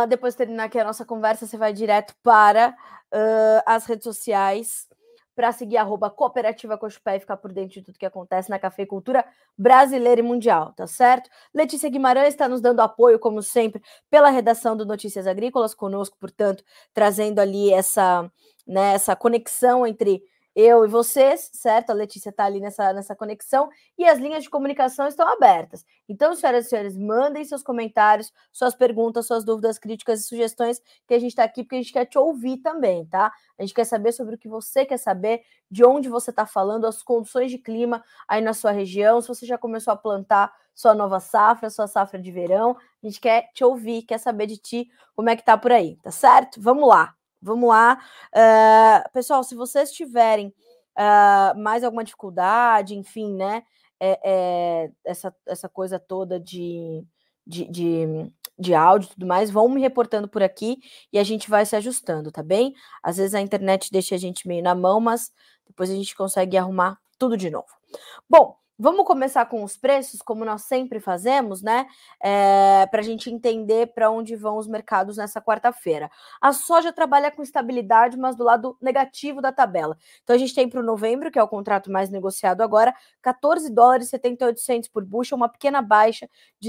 Depois de terminar aqui a nossa conversa, você vai direto para as redes sociais para seguir @Cooperativa Cochupé e ficar por dentro de tudo que acontece na cafeicultura brasileira e mundial, tá certo? Letícia Guimarães está nos dando apoio, como sempre, pela redação do Notícias Agrícolas, conosco, portanto, trazendo ali essa conexão entre eu e vocês, certo? A Letícia está ali nessa conexão e as linhas de comunicação estão abertas. Então, senhoras e senhores, mandem seus comentários, suas perguntas, suas dúvidas, críticas e sugestões, que a gente está aqui porque a gente quer te ouvir também, tá? A gente quer saber sobre o que você quer saber, de onde você está falando, as condições de clima aí na sua região, se você já começou a plantar sua nova safra, sua safra de verão. A gente quer te ouvir, quer saber de ti, como é que tá por aí, tá certo? Vamos lá. Pessoal, se vocês tiverem mais alguma dificuldade, enfim, né? Essa coisa toda de áudio e tudo mais, vão me reportando por aqui e a gente vai se ajustando, tá bem? Às vezes a internet deixa a gente meio na mão, mas depois a gente consegue arrumar tudo de novo. Bom, vamos começar com os preços, como nós sempre fazemos, né? Para a gente entender para onde vão os mercados nessa quarta-feira. A soja trabalha com estabilidade, mas do lado negativo da tabela. Então a gente tem para o novembro, que é o contrato mais negociado agora, $14,78 por bushel, uma pequena baixa de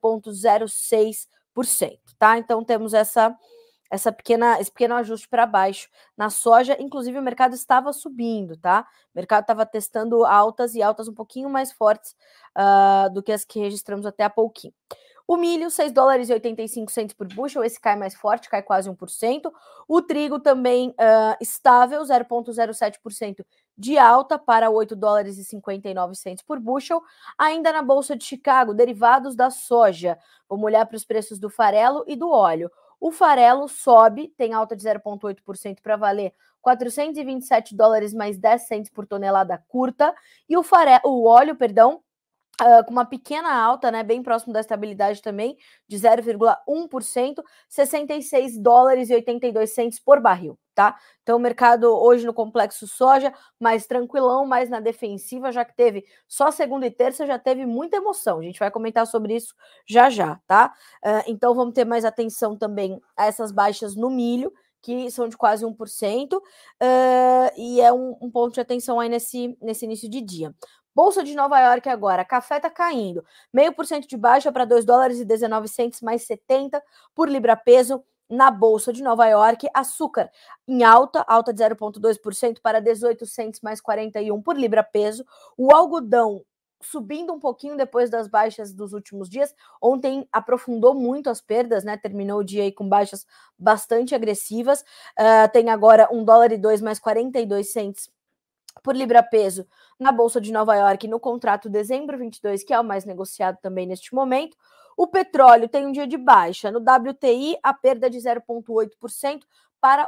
0,06%, tá? Então temos esse pequeno ajuste para baixo na soja. Inclusive o mercado estava subindo, tá? O mercado estava testando altas e altas um pouquinho mais fortes do que as que registramos até há pouquinho. O milho, $6,85 por bushel, esse cai mais forte, cai quase 1%. O trigo também estável, 0,07% de alta para $8,59 por bushel. Ainda na Bolsa de Chicago, derivados da soja. Vamos olhar para os preços do farelo e do óleo. O farelo sobe, tem alta de 0,8% para valer $427 mais 10 cents por tonelada curta. E o óleo, com uma pequena alta, né, bem próximo da estabilidade também, de 0,1%, $66,82 por barril, tá? Então o mercado hoje no complexo soja, mais tranquilão, mais na defensiva, já que teve só segunda e terça, já teve muita emoção. A gente vai comentar sobre isso já, tá? Então vamos ter mais atenção também a essas baixas no milho, que são de quase 1%, e é um ponto de atenção aí nesse início de dia. Bolsa de Nova York agora, café tá caindo, 0,5% de baixa para $2,19 mais 70 por libra-peso na Bolsa de Nova York. Açúcar em alta de 0,2% para 18 cents mais 41 por libra-peso. O algodão subindo um pouquinho depois das baixas dos últimos dias. Ontem aprofundou muito as perdas, né? Terminou o dia aí com baixas bastante agressivas. Tem agora $1,02 mais 42 cents por libra-peso na Bolsa de Nova York, no contrato dezembro 22, que é o mais negociado também neste momento. O petróleo tem um dia de baixa. No WTI, a perda de 0,8% para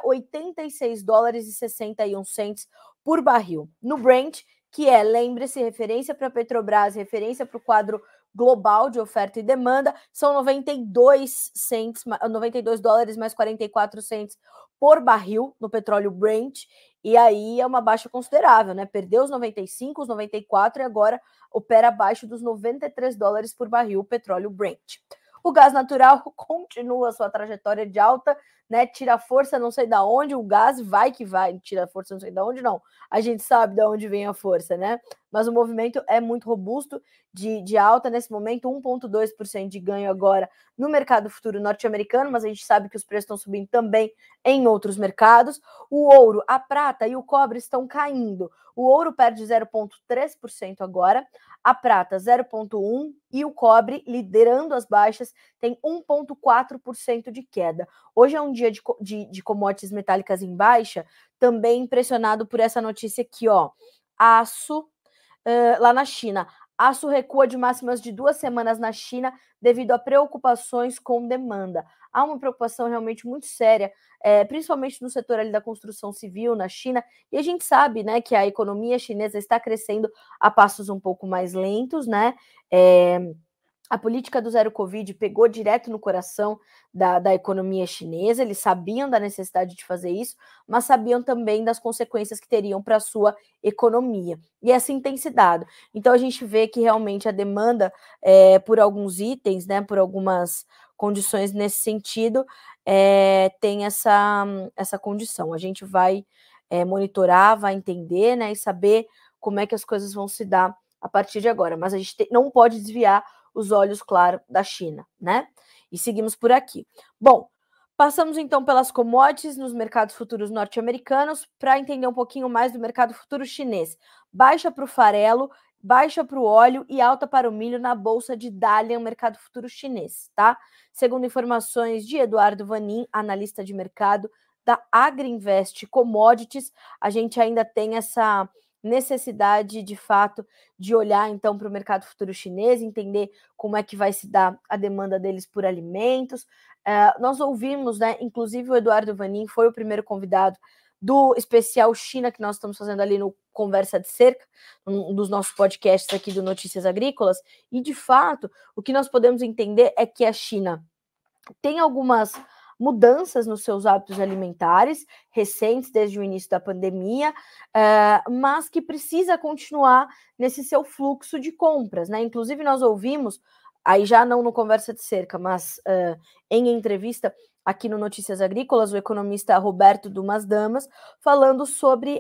$86,61 por barril. No Brent, que é, lembre-se, referência para a Petrobras, referência para o quadro global de oferta e demanda, são 92 dólares mais 44 cents por barril no petróleo Brent, e aí é uma baixa considerável, né? Perdeu os 95, os 94 e agora opera abaixo dos $93 por barril o petróleo Brent. O gás natural continua sua trajetória de alta, né? Tira força não sei da onde, o gás vai que vai, tira força não sei da onde, não. A gente sabe de onde vem a força, né? Mas o movimento é muito robusto de alta nesse momento, 1,2% de ganho agora no mercado futuro norte-americano, mas a gente sabe que os preços estão subindo também em outros mercados. O ouro, a prata e o cobre estão caindo. O ouro perde 0,3% agora, a prata 0,1% e o cobre, liderando as baixas, tem 1,4% de queda. Hoje é um dia de commodities metálicas em baixa, também impressionado por essa notícia aqui, ó. Aço, lá na China. Aço recua de máximas de 2 semanas na China devido a preocupações com demanda. Há uma preocupação realmente muito séria, principalmente no setor ali da construção civil na China, e a gente sabe, né, que a economia chinesa está crescendo a passos um pouco mais lentos, né? A política do zero Covid pegou direto no coração da economia chinesa. Eles sabiam da necessidade de fazer isso, mas sabiam também das consequências que teriam para a sua economia. E assim tem se dado. Então a gente vê que realmente a demanda por alguns itens, né, por algumas condições nesse sentido, tem essa condição. A gente vai monitorar, vai entender, né, e saber como é que as coisas vão se dar a partir de agora. Mas a gente não pode desviar os olhos, claro, da China, né? E seguimos por aqui. Bom, passamos então pelas commodities nos mercados futuros norte-americanos para entender um pouquinho mais do mercado futuro chinês. Baixa para o farelo, baixa para o óleo e alta para o milho na bolsa de Dalian, mercado futuro chinês, tá? Segundo informações de Eduardo Vanin, analista de mercado da Agriinvest Commodities, a gente ainda tem essa necessidade, de fato, de olhar então para o mercado futuro chinês, entender como é que vai se dar a demanda deles por alimentos. Nós ouvimos, né, inclusive o Eduardo Vanin foi o primeiro convidado do especial China que nós estamos fazendo ali no Conversa de Cerca, um dos nossos podcasts aqui do Notícias Agrícolas, e de fato, o que nós podemos entender é que a China tem algumas mudanças nos seus hábitos alimentares, recentes desde o início da pandemia, mas que precisa continuar nesse seu fluxo de compras, né? Inclusive, nós ouvimos, aí já não no Conversa de Cerca, mas em entrevista aqui no Notícias Agrícolas, o economista Roberto Dumas Damas, falando sobre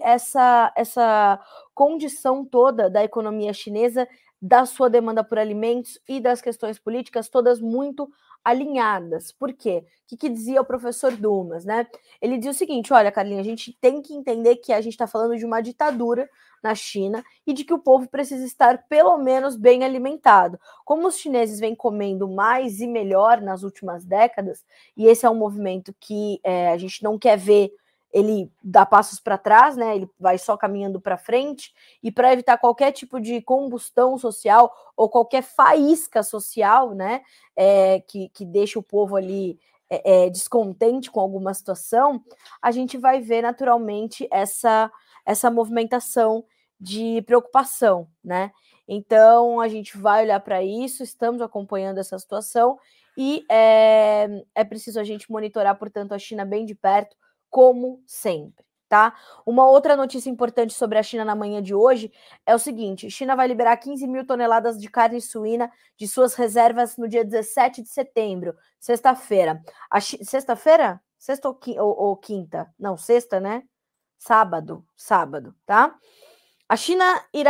essa condição toda da economia chinesa, da sua demanda por alimentos e das questões políticas, todas muito alinhadas. Por quê? O que dizia o professor Dumas, né? Ele dizia o seguinte: olha, Carlinha, a gente tem que entender que a gente está falando de uma ditadura na China e de que o povo precisa estar pelo menos bem alimentado. Como os chineses vêm comendo mais e melhor nas últimas décadas, e esse é um movimento que a gente não quer ver ele dá passos para trás, né? Ele vai só caminhando para frente, e para evitar qualquer tipo de combustão social ou qualquer faísca social, né? Que deixa o povo ali descontente com alguma situação, a gente vai ver naturalmente essa movimentação de preocupação, né? Então a gente vai olhar para isso, estamos acompanhando essa situação e é preciso a gente monitorar, portanto, a China bem de perto, como sempre, tá? Uma outra notícia importante sobre a China na manhã de hoje é o seguinte: China vai liberar 15 mil toneladas de carne suína de suas reservas no dia 17 de setembro, sexta-feira. Sexta-feira? Sexta ou quinta? Não, sexta, né? Sábado, tá? A China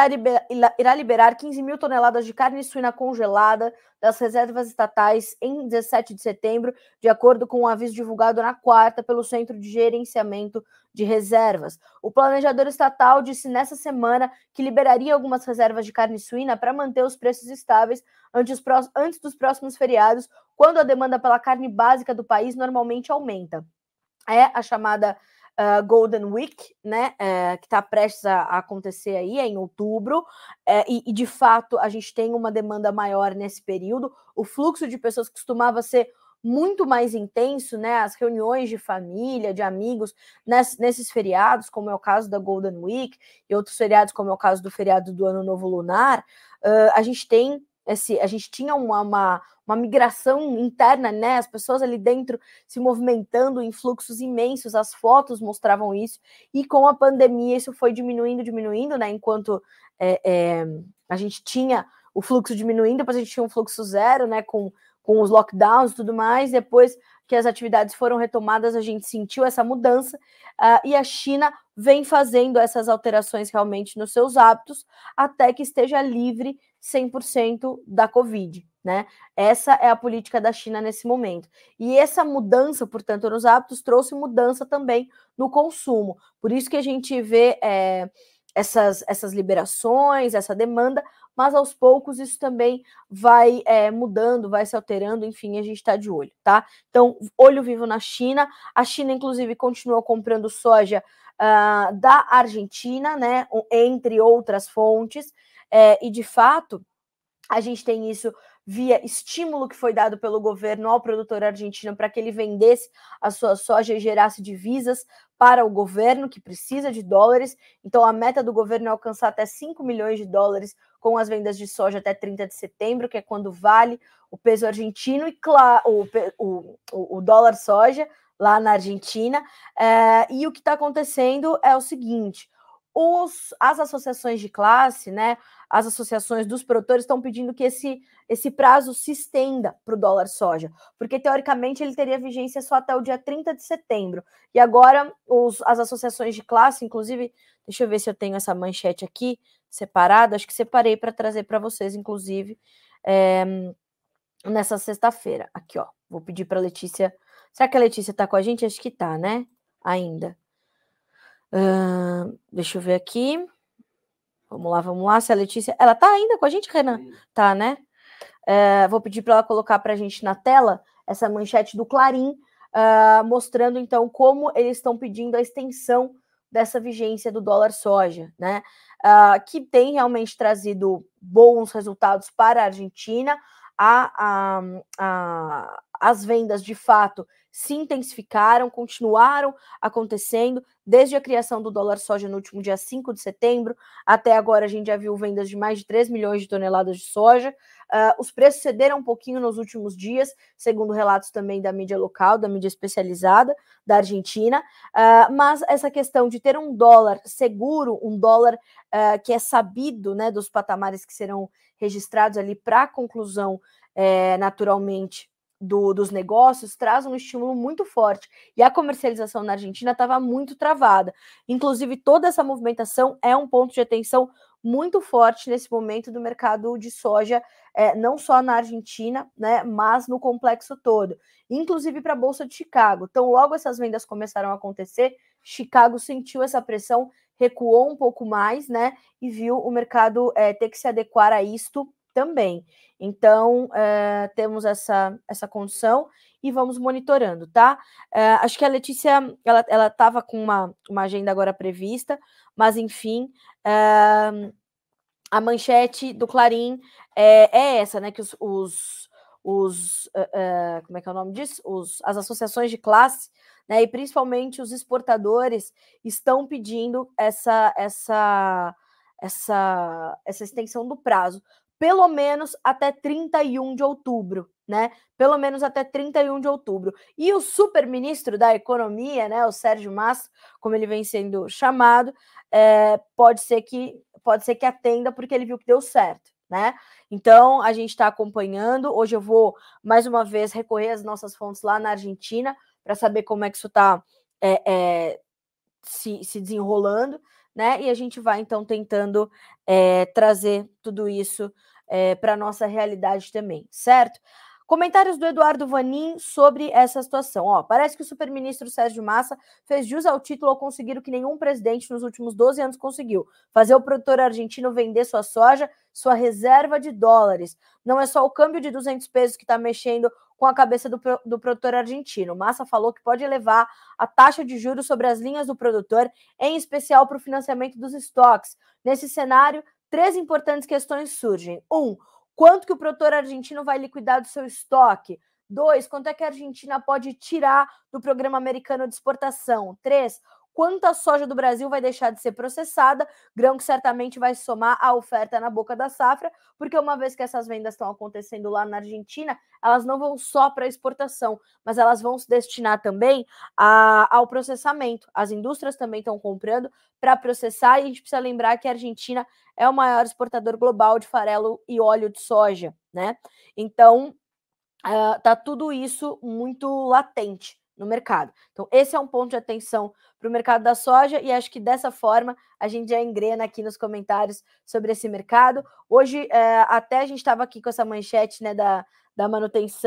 irá liberar 15 mil toneladas de carne suína congelada das reservas estatais em 17 de setembro, de acordo com um aviso divulgado na quarta pelo Centro de Gerenciamento de Reservas. O planejador estatal disse nessa semana que liberaria algumas reservas de carne suína para manter os preços estáveis antes dos próximos feriados, quando a demanda pela carne básica do país normalmente aumenta. É a chamada Golden Week, né, que está prestes a acontecer aí em outubro, e de fato a gente tem uma demanda maior nesse período. O fluxo de pessoas costumava ser muito mais intenso, né, as reuniões de família, de amigos, nesses feriados, como é o caso da Golden Week, e outros feriados, como é o caso do feriado do Ano Novo Lunar. A gente tinha uma migração interna, né? As pessoas ali dentro se movimentando em fluxos imensos, as fotos mostravam isso, e com a pandemia isso foi diminuindo, né? Enquanto a gente tinha o fluxo diminuindo, depois a gente tinha um fluxo zero, né? Com os lockdowns e tudo mais, depois que as atividades foram retomadas, a gente sentiu essa mudança, e a China vem fazendo essas alterações realmente nos seus hábitos, até que esteja livre 100% da Covid, né? Essa é a política da China nesse momento. E essa mudança, portanto, nos hábitos trouxe mudança também no consumo. Por isso que a gente vê essas liberações, essa demanda, mas aos poucos isso também vai mudando, vai se alterando, enfim, a gente está de olho, tá? Então, olho vivo na China. A China, inclusive, continuou comprando soja da Argentina, né? Entre outras fontes. E, de fato, a gente tem isso via estímulo que foi dado pelo governo ao produtor argentino para que ele vendesse a sua soja e gerasse divisas para o governo, que precisa de dólares. Então, a meta do governo é alcançar até 5 milhões de dólares com as vendas de soja até 30 de setembro, que é quando vale o peso argentino e, claro, o dólar soja lá na Argentina. E o que está acontecendo é o seguinte: as associações de classe, né, as associações dos produtores estão pedindo que esse prazo se estenda para o dólar soja, porque teoricamente ele teria vigência só até o dia 30 de setembro. E agora as associações de classe, inclusive, deixa eu ver se eu tenho essa manchete aqui separada, acho que separei para trazer para vocês, inclusive, nessa sexta-feira. Aqui, ó, vou pedir para a Letícia. Será que a Letícia está com a gente? Acho que está, né? Ainda. Deixa eu ver aqui. Vamos lá. Se a Letícia... Ela tá ainda com a gente, Renan? Sim. Tá, né? Vou pedir para ela colocar para a gente na tela essa manchete do Clarim, mostrando, então, como eles estão pedindo a extensão dessa vigência do dólar soja, né? Que tem realmente trazido bons resultados para a Argentina. As vendas, de fato, se intensificaram, continuaram acontecendo desde a criação do dólar soja no último dia 5 de setembro, até agora a gente já viu vendas de mais de 3 milhões de toneladas de soja. Os preços cederam um pouquinho nos últimos dias, segundo relatos também da mídia local, da mídia especializada da Argentina, mas essa questão de ter um dólar seguro, um dólar que é sabido, né, dos patamares que serão registrados ali para a conclusão, naturalmente, dos negócios, traz um estímulo muito forte. E a comercialização na Argentina estava muito travada. Inclusive, toda essa movimentação é um ponto de atenção muito forte nesse momento do mercado de soja, não só na Argentina, né, mas no complexo todo, inclusive para a Bolsa de Chicago. Então, logo essas vendas começaram a acontecer, Chicago sentiu essa pressão, recuou um pouco mais, né, e viu o mercado ter que se adequar a isto também. Então, temos essa condição e vamos monitorando, tá? Acho que a Letícia, ela estava com uma agenda agora prevista, mas, enfim, a manchete do Clarim é essa, né? Que como é que é o nome disso? As associações de classe, né? E principalmente os exportadores estão pedindo essa extensão do prazo, pelo menos até 31 de outubro, né? Pelo menos até 31 de outubro. E o super-ministro da Economia, né? O Sérgio Massa, como ele vem sendo chamado, pode ser que atenda, porque ele viu que deu certo, né? Então, a gente está acompanhando. Hoje eu vou, mais uma vez, recorrer às nossas fontes lá na Argentina para saber como é que isso está se desenrolando, né? E a gente vai, então, tentando trazer tudo isso para a nossa realidade também, certo? Comentários do Eduardo Vanin sobre essa situação. Parece que o super-ministro Sérgio Massa fez jus ao título ao conseguir o que nenhum presidente nos últimos 12 anos conseguiu: fazer o produtor argentino vender sua soja, sua reserva de dólares. Não é só o câmbio de 200 pesos que está mexendo com a cabeça do produtor argentino. Massa falou que pode elevar a taxa de juros sobre as linhas do produtor, em especial para o financiamento dos estoques. Nesse cenário, 3 importantes questões surgem. 1. Quanto que o produtor argentino vai liquidar do seu estoque? 2. Quanto é que a Argentina pode tirar do programa americano de exportação? 3. Quanta soja do Brasil vai deixar de ser processada, grão que certamente vai somar à oferta na boca da safra, porque uma vez que essas vendas estão acontecendo lá na Argentina, elas não vão só para exportação, mas elas vão se destinar também ao processamento. As indústrias também estão comprando para processar, e a gente precisa lembrar que a Argentina é o maior exportador global de farelo e óleo de soja, né? Então, tá tudo isso muito latente no mercado. Então, esse é um ponto de atenção para o mercado da soja, e acho que dessa forma a gente já engrena aqui nos comentários sobre esse mercado. Hoje, até a gente estava aqui com essa manchete, né, da manutenção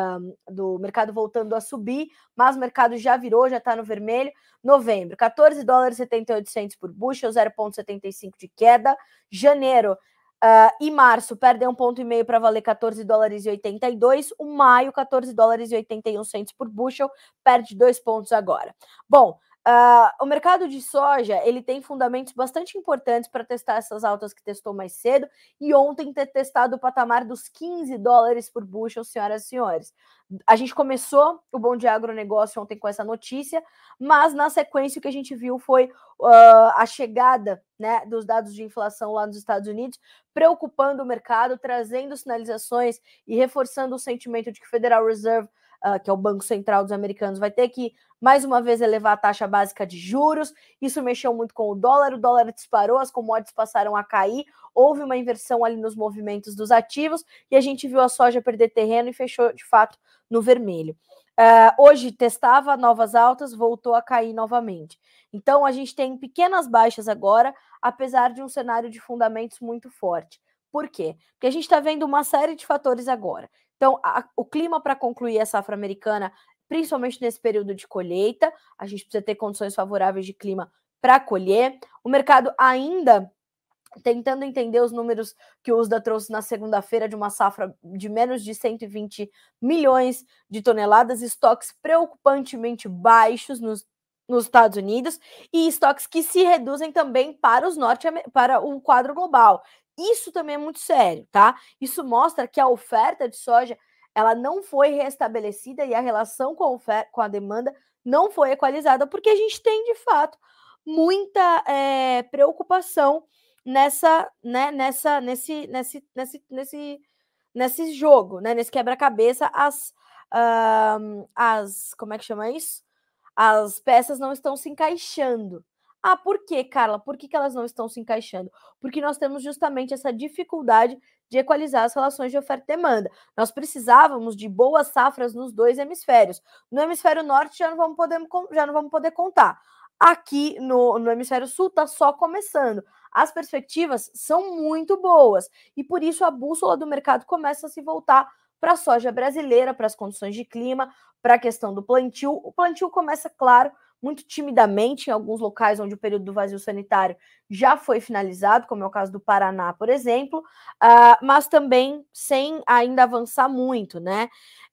do mercado voltando a subir, mas o mercado já virou, já está no vermelho. Novembro, 14 dólares e 78 por bushel, 0,75 de queda. Janeiro e março perdem 1,5 ponto para valer 14 dólares e 82. O maio, 14 dólares e 81 por bushel, perde 2 pontos agora. Bom, o mercado de soja, ele tem fundamentos bastante importantes para testar essas altas que testou mais cedo, e ontem ter testado o patamar dos 15 dólares por bushel, senhoras e senhores. A gente começou o Bom Dia Agronegócio ontem com essa notícia, mas na sequência o que a gente viu foi a chegada, né, dos dados de inflação lá nos Estados Unidos, preocupando o mercado, trazendo sinalizações e reforçando o sentimento de que o Federal Reserve que é o Banco Central dos americanos, vai ter que, mais uma vez, elevar a taxa básica de juros. Isso mexeu muito com o dólar disparou, as commodities passaram a cair, houve uma inversão ali nos movimentos dos ativos, e a gente viu a soja perder terreno e fechou, de fato, no vermelho. Hoje testava novas altas, voltou a cair novamente. Então, a gente tem pequenas baixas agora, apesar de um cenário de fundamentos muito forte. Por quê? Porque a gente está vendo uma série de fatores agora. Então, o clima para concluir a safra americana, principalmente nesse período de colheita, a gente precisa ter condições favoráveis de clima para colher. O mercado ainda tentando entender os números que o USDA trouxe na segunda-feira de uma safra de menos de 120 milhões de toneladas, estoques preocupantemente baixos nos Estados Unidos e estoques que se reduzem também para o quadro global. Isso também é muito sério, tá? Isso mostra que a oferta de soja ela não foi restabelecida e a relação com a demanda não foi equalizada, porque a gente tem, de fato, muita preocupação nesse jogo, né? Nesse quebra-cabeça, como é que chama isso? As peças não estão se encaixando. Por quê, Carla? Por que elas não estão se encaixando? Porque nós temos justamente essa dificuldade de equalizar as relações de oferta e demanda. Nós precisávamos de boas safras nos dois hemisférios. No hemisfério norte já não vamos poder contar. Aqui no hemisfério sul está só começando. As perspectivas são muito boas e por isso a bússola do mercado começa a se voltar para a soja brasileira, para as condições de clima, para a questão do plantio. O plantio começa, claro, muito timidamente em alguns locais onde o período do vazio sanitário já foi finalizado, como é o caso do Paraná, por exemplo, mas também sem ainda avançar muito, né?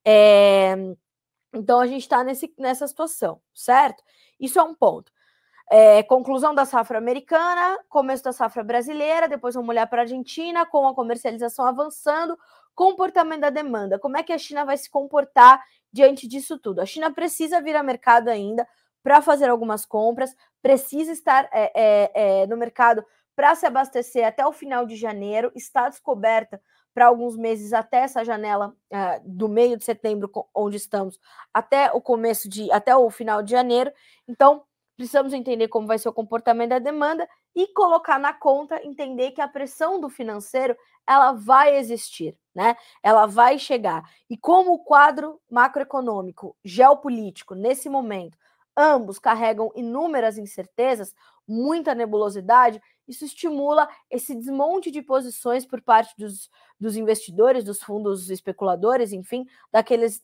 Então a gente está nessa situação, certo? Isso é um ponto. Conclusão da safra americana, começo da safra brasileira, depois vamos olhar para a Argentina, com a comercialização avançando, comportamento da demanda. Como é que a China vai se comportar diante disso tudo? A China precisa vir a mercado ainda para fazer algumas compras, precisa estar no mercado para se abastecer até o final de janeiro, está descoberta para alguns meses até essa janela do meio de setembro, onde estamos, até o final de janeiro. Então, precisamos entender como vai ser o comportamento da demanda e colocar na conta, entender que a pressão do financeiro ela vai existir, né? Ela vai chegar. E como o quadro macroeconômico, geopolítico, nesse momento, ambos carregam inúmeras incertezas, muita nebulosidade, isso estimula esse desmonte de posições por parte dos investidores, dos fundos especuladores, enfim, daqueles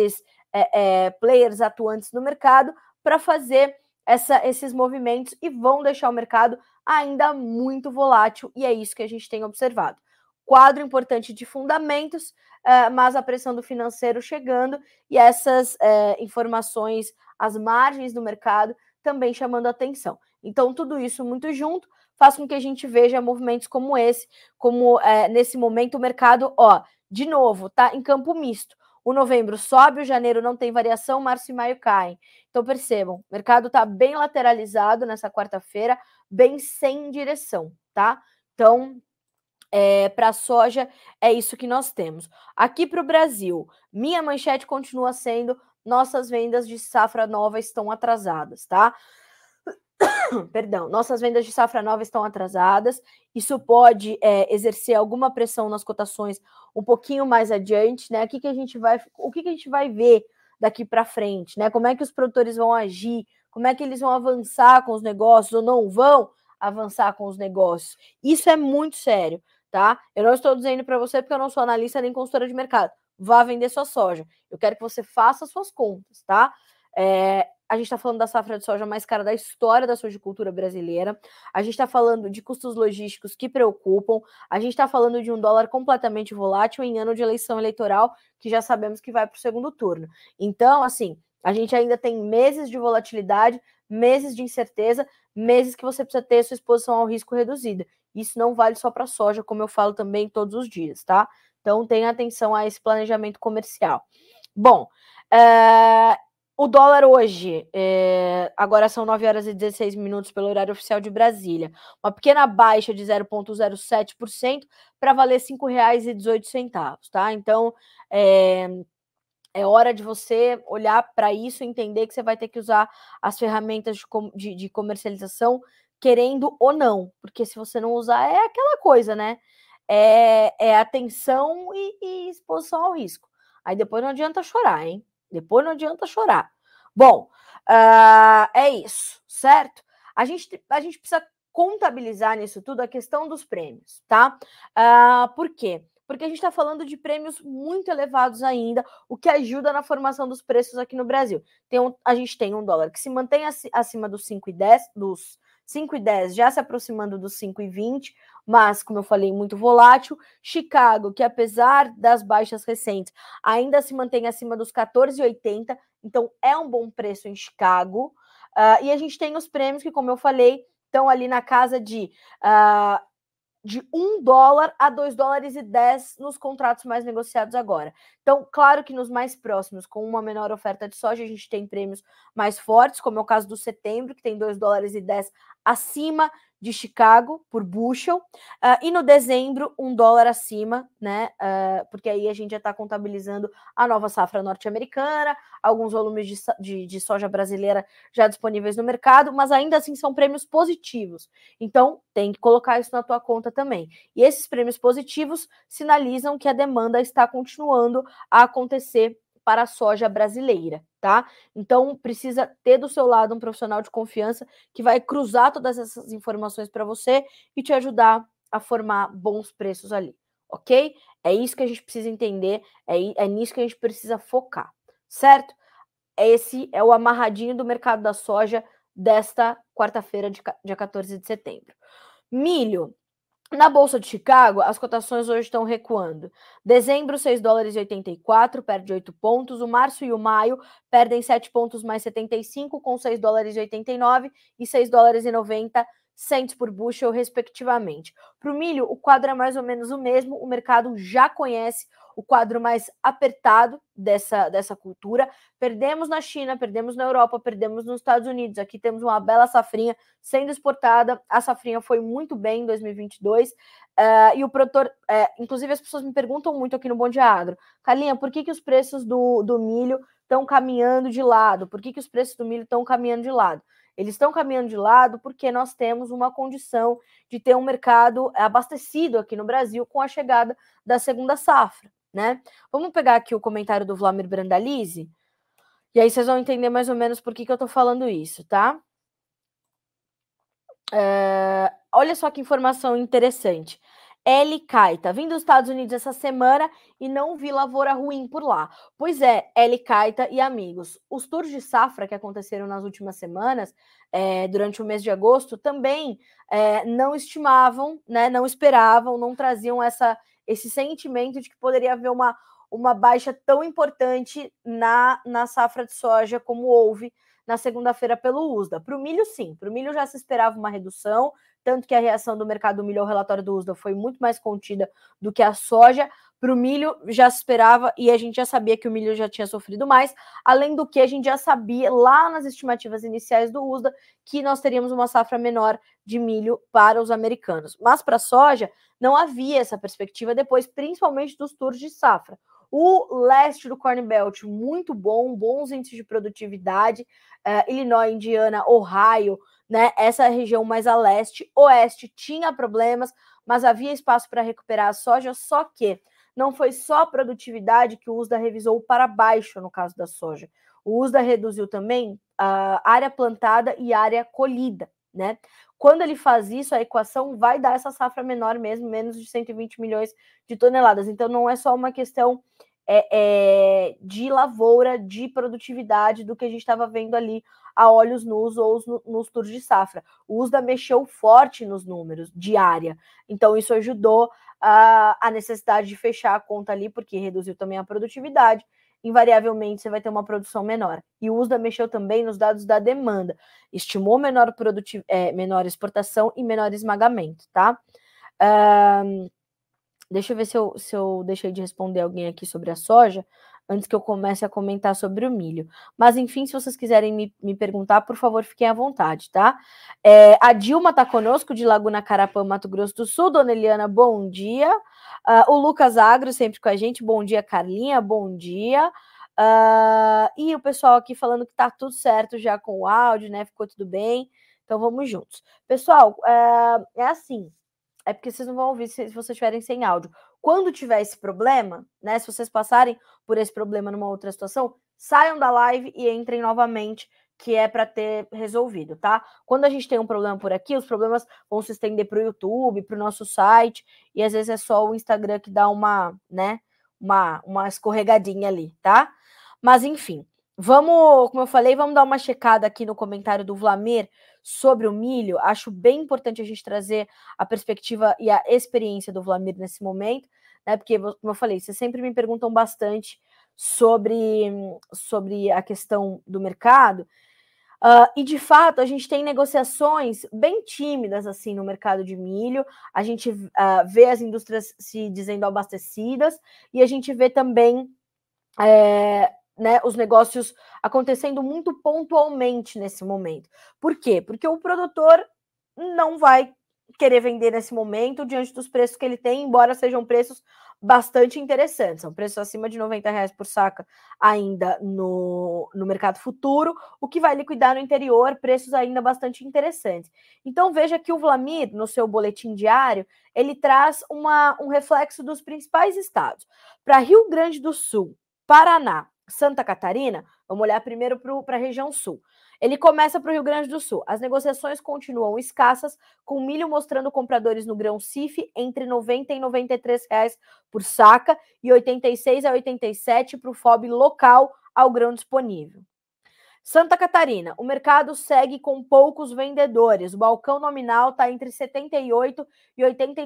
players atuantes no mercado, para fazer esses movimentos e vão deixar o mercado ainda muito volátil, e é isso que a gente tem observado. Quadro importante de fundamentos, mas a pressão do financeiro chegando e essas informações, as margens do mercado também chamando a atenção. Então, tudo isso muito junto faz com que a gente veja movimentos como esse, como nesse momento o mercado, de novo, tá em campo misto. O novembro sobe, o janeiro não tem variação, março e maio caem. Então, percebam, o mercado está bem lateralizado nessa quarta-feira, bem sem direção, tá? Então, para a soja, é isso que nós temos. Aqui para o Brasil, minha manchete continua sendo: nossas vendas de safra nova estão atrasadas, tá? Perdão, nossas vendas de safra nova estão atrasadas. Isso pode exercer alguma pressão nas cotações um pouquinho mais adiante, né? O que a gente vai ver daqui para frente, né? Como é que os produtores vão agir? Como é que eles vão avançar com os negócios ou não vão avançar com os negócios? Isso é muito sério, tá? Eu não estou dizendo para você porque eu não sou analista nem consultora de mercado. Vá vender sua soja. Eu quero que você faça suas contas, tá? A gente está falando da safra de soja mais cara da história da sojicultura brasileira. A gente está falando de custos logísticos que preocupam. A gente está falando de um dólar completamente volátil em ano de eleição eleitoral, que já sabemos que vai para o segundo turno. Então, assim, a gente ainda tem meses de volatilidade, meses de incerteza, meses que você precisa ter sua exposição ao risco reduzida. Isso não vale só para a soja, como eu falo também todos os dias, tá? Então, tenha atenção a esse planejamento comercial. Bom, o dólar hoje, agora são 9 horas e 16 minutos pelo horário oficial de Brasília. Uma pequena baixa de 0,07% para valer R$ 5,18, tá? Então, É hora de você olhar para isso e entender que você vai ter que usar as ferramentas de comercialização, querendo ou não. Porque se você não usar, é aquela coisa, né? É atenção e exposição ao risco. Aí depois não adianta chorar, hein? Depois não adianta chorar. Bom, é isso, certo? A gente precisa contabilizar nisso tudo a questão dos prêmios, tá? Por quê? Porque a gente está falando de prêmios muito elevados ainda, o que ajuda na formação dos preços aqui no Brasil. A gente tem um dólar que se mantém acima dos 5,10, dos 5,10, já se aproximando dos 5,20, mas, como eu falei, muito volátil. Chicago, que apesar das baixas recentes, ainda se mantém acima dos 14,80, então é um bom preço em Chicago. E a gente tem os prêmios que, como eu falei, estão ali na casa de $1 a $2,10 nos contratos mais negociados agora. Então, claro que nos mais próximos, com uma menor oferta de soja, a gente tem prêmios mais fortes, como é o caso do setembro, que tem $2,10 acima de Chicago por bushel, e no dezembro $1 acima, né? Porque aí a gente já está contabilizando a nova safra norte-americana, alguns volumes de soja brasileira já disponíveis no mercado, mas ainda assim são prêmios positivos. Então, tem que colocar isso na tua conta também. E esses prêmios positivos sinalizam que a demanda está continuando a acontecer para a soja brasileira, tá? Então, precisa ter do seu lado um profissional de confiança que vai cruzar todas essas informações para você e te ajudar a formar bons preços ali, ok? É isso que a gente precisa entender, é nisso que a gente precisa focar, certo? Esse é o amarradinho do mercado da soja desta quarta-feira, dia 14 de setembro. Milho. Na Bolsa de Chicago, as cotações hoje estão recuando. Dezembro, $6,84, perde 8 pontos. O março e o maio perdem 7 pontos mais 75, com $6,89 e $6,90 por bushel, respectivamente. Para o milho, o quadro é mais ou menos o mesmo. O mercado já conhece o quadro mais apertado dessa cultura. Perdemos na China, perdemos na Europa, perdemos nos Estados Unidos. Aqui temos uma bela safrinha sendo exportada. A safrinha foi muito bem em 2022. E o produtor, inclusive as pessoas me perguntam muito aqui no Bom Dia Agro, Carlinha, por que os preços do milho estão caminhando de lado? Por que os preços do milho estão caminhando de lado? Eles estão caminhando de lado porque nós temos uma condição de ter um mercado abastecido aqui no Brasil com a chegada da segunda safra, né? Vamos pegar aqui o comentário do Vlamir Brandalize, e aí vocês vão entender mais ou menos por que eu tô falando isso, tá? Olha só que informação interessante. L. Caita, vim dos Estados Unidos essa semana e não vi lavoura ruim por lá. Pois é, L. Caita e amigos, os tours de safra que aconteceram nas últimas semanas, durante o mês de agosto, também não estimavam, né, não esperavam, não traziam esse sentimento de que poderia haver uma baixa tão importante na safra de soja como houve na segunda-feira pelo USDA. Para o milho, sim. Para o milho já se esperava uma redução, tanto que a reação do mercado do milho ao relatório do USDA foi muito mais contida do que a soja. Para o milho já se esperava e a gente já sabia que o milho já tinha sofrido mais, além do que a gente já sabia lá nas estimativas iniciais do USDA que nós teríamos uma safra menor de milho para os americanos. Mas para a soja não havia essa perspectiva depois, principalmente dos tours de safra. O leste do Corn Belt, muito bom, bons índices de produtividade. Illinois, Indiana, Ohio, né? Essa região mais a leste, oeste tinha problemas, mas havia espaço para recuperar a soja, só que não foi só a produtividade que o USDA revisou para baixo no caso da soja. O USDA reduziu também a área plantada e área colhida, né? Quando ele faz isso, a equação vai dar essa safra menor mesmo, menos de 120 milhões de toneladas. Então, não é só uma questão de lavoura, de produtividade do que a gente estava vendo ali a olhos nus ou nos tours de safra. O USDA mexeu forte nos números de área. Então, isso ajudou a necessidade de fechar a conta ali, porque reduziu também a produtividade. Invariavelmente, você vai ter uma produção menor. E o USDA mexeu também nos dados da demanda. Estimou menor exportação e menor esmagamento, tá? Deixa eu ver se eu deixei de responder alguém aqui sobre a soja, antes que eu comece a comentar sobre o milho. Mas, enfim, se vocês quiserem me perguntar, por favor, fiquem à vontade, tá? A Dilma está conosco, de Laguna Carapã, Mato Grosso do Sul. Dona Eliana, bom dia. O Lucas Agro, sempre com a gente. Bom dia, Carlinha, bom dia. E o pessoal aqui falando que tá tudo certo já com o áudio, né? Ficou tudo bem. Então vamos juntos. Pessoal, é assim. É porque vocês não vão ouvir se vocês estiverem sem áudio. Quando tiver esse problema, né? Se vocês passarem por esse problema numa outra situação, saiam da live e entrem novamente, que é para ter resolvido, tá? Quando a gente tem um problema por aqui, os problemas vão se estender para o YouTube, para o nosso site, e às vezes é só o Instagram que dá uma, né? Uma escorregadinha ali, tá? Mas enfim, vamos, como eu falei, vamos dar uma checada aqui no comentário do Vlamir sobre o milho. Acho bem importante a gente trazer a perspectiva e a experiência do Vlamir nesse momento, né? Porque, como eu falei, vocês sempre me perguntam bastante sobre a questão do mercado. E de fato a gente tem negociações bem tímidas assim no mercado de milho. A gente vê as indústrias se dizendo abastecidas e a gente vê também né, os negócios acontecendo muito pontualmente nesse momento. Por quê? Porque o produtor não vai querer vender nesse momento diante dos preços que ele tem, embora sejam preços bastante interessantes. São preços acima de R$90 por saca ainda no mercado futuro, o que vai liquidar no interior preços ainda bastante interessantes. Então veja que o Vlamir, no seu boletim diário, ele traz um reflexo dos principais estados. Para Rio Grande do Sul, Paraná, Santa Catarina, vamos olhar primeiro para a região sul. Ele começa para o Rio Grande do Sul. As negociações continuam escassas, com milho mostrando compradores no grão CIF entre R$90 e R$93 por saca e R$86 a R$87 para o FOB local ao grão disponível. Santa Catarina, o mercado segue com poucos vendedores. O balcão nominal está entre R$78 e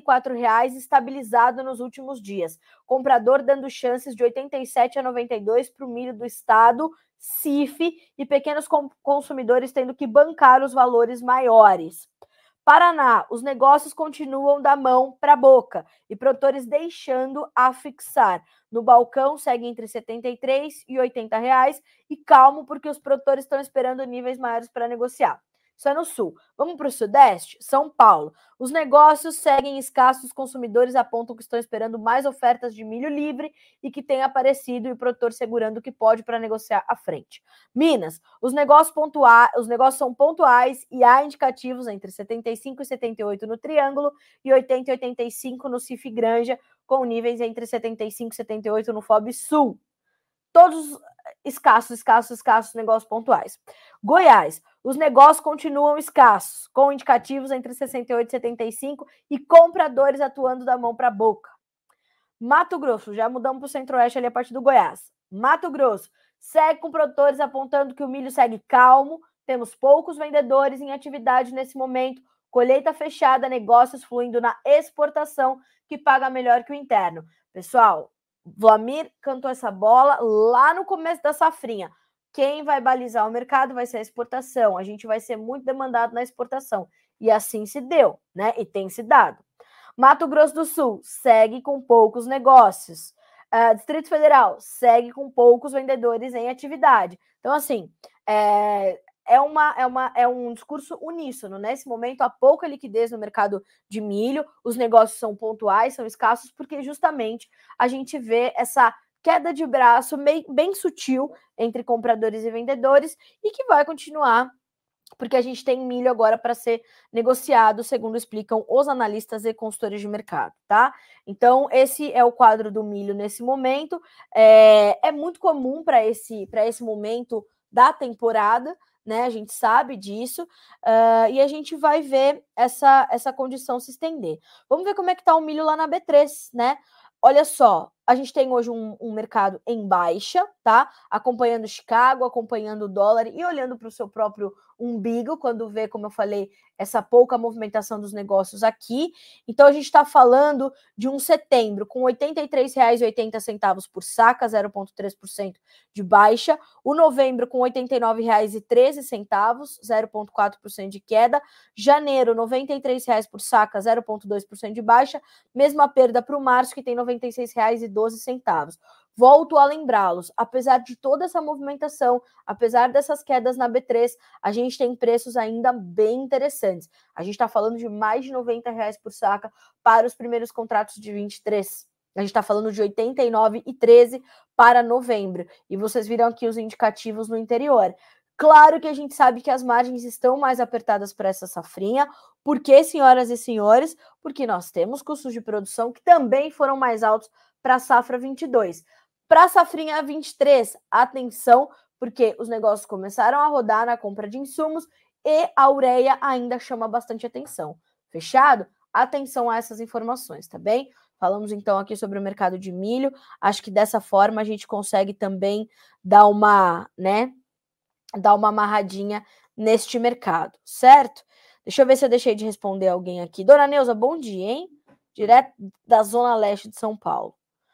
R$84, estabilizado nos últimos dias. Comprador dando chances de 87 a 92 para o milho do estado, CIF, e pequenos consumidores tendo que bancar os valores maiores. Paraná, os negócios continuam da mão para a boca e produtores deixando a fixar. No balcão segue entre R$73 e R$80 e calmo porque os produtores estão esperando níveis maiores para negociar. Isso é no sul. Vamos para o sudeste? São Paulo. Os negócios seguem escassos, os consumidores apontam que estão esperando mais ofertas de milho livre e que tem aparecido e o produtor segurando o que pode para negociar à frente. Minas, os negócios são pontuais e há indicativos entre 75 e 78 no Triângulo e 80 e 85 no CIF Granja, com níveis entre 75 e 78 no FOB Sul. Todos escassos, negócios pontuais. Goiás, os negócios continuam escassos, com indicativos entre 68 e 75 e compradores atuando da mão para a boca. Mato Grosso, já mudamos para o centro-oeste ali a partir do Goiás. Mato Grosso, segue com produtores apontando que o milho segue calmo, temos poucos vendedores em atividade nesse momento, colheita fechada, negócios fluindo na exportação, que paga melhor que o interno. Pessoal, Vlamir cantou essa bola lá no começo da safrinha. Quem vai balizar o mercado vai ser a exportação. A gente vai ser muito demandado na exportação. E assim se deu, né? E tem se dado. Mato Grosso do Sul segue com poucos negócios. Distrito Federal segue com poucos vendedores em atividade. Então, assim, é um discurso uníssono. Nesse momento, há pouca liquidez no mercado de milho, os negócios são pontuais, são escassos, porque justamente a gente vê essa queda de braço bem sutil entre compradores e vendedores e que vai continuar, porque a gente tem milho agora para ser negociado, segundo explicam os analistas e consultores de mercado, tá? Então, esse é o quadro do milho nesse momento. É muito comum para esse momento da temporada, né? A gente sabe disso, e a gente vai ver essa condição se estender. Vamos ver como é que está o milho lá na B3, né? Olha só, a gente tem hoje um mercado em baixa, tá? Acompanhando Chicago, acompanhando o dólar e olhando para o seu próprio umbigo, quando vê, como eu falei, essa pouca movimentação dos negócios aqui. Então, a gente está falando de um setembro com R$ 83,80 por saca, 0,3% de baixa. O novembro com R$ 89,13, 0,4% de queda. Janeiro, R$ 93,00 por saca, 0,2% de baixa. Mesma perda para o março, que tem R$ 96,12. Volto a lembrá-los, apesar de toda essa movimentação, apesar dessas quedas na B3, a gente tem preços ainda bem interessantes. A gente está falando de mais de R$ 90,00 por saca para os primeiros contratos de 23, A gente está falando de 89,13 para novembro. E vocês viram aqui os indicativos no interior. Claro que a gente sabe que as margens estão mais apertadas para essa safrinha. Por quê, senhoras e senhores? Porque nós temos custos de produção que também foram mais altos para a safra 22. Para a safrinha 23, atenção, porque os negócios começaram a rodar na compra de insumos e a ureia ainda chama bastante atenção. Fechado? Atenção a essas informações, tá bem? Falamos então aqui sobre o mercado de milho. Acho que dessa forma a gente consegue também dar uma amarradinha neste mercado, certo? Deixa eu ver se eu deixei de responder alguém aqui. Dona Neuza, bom dia, hein? Direto da Zona Leste de São Paulo.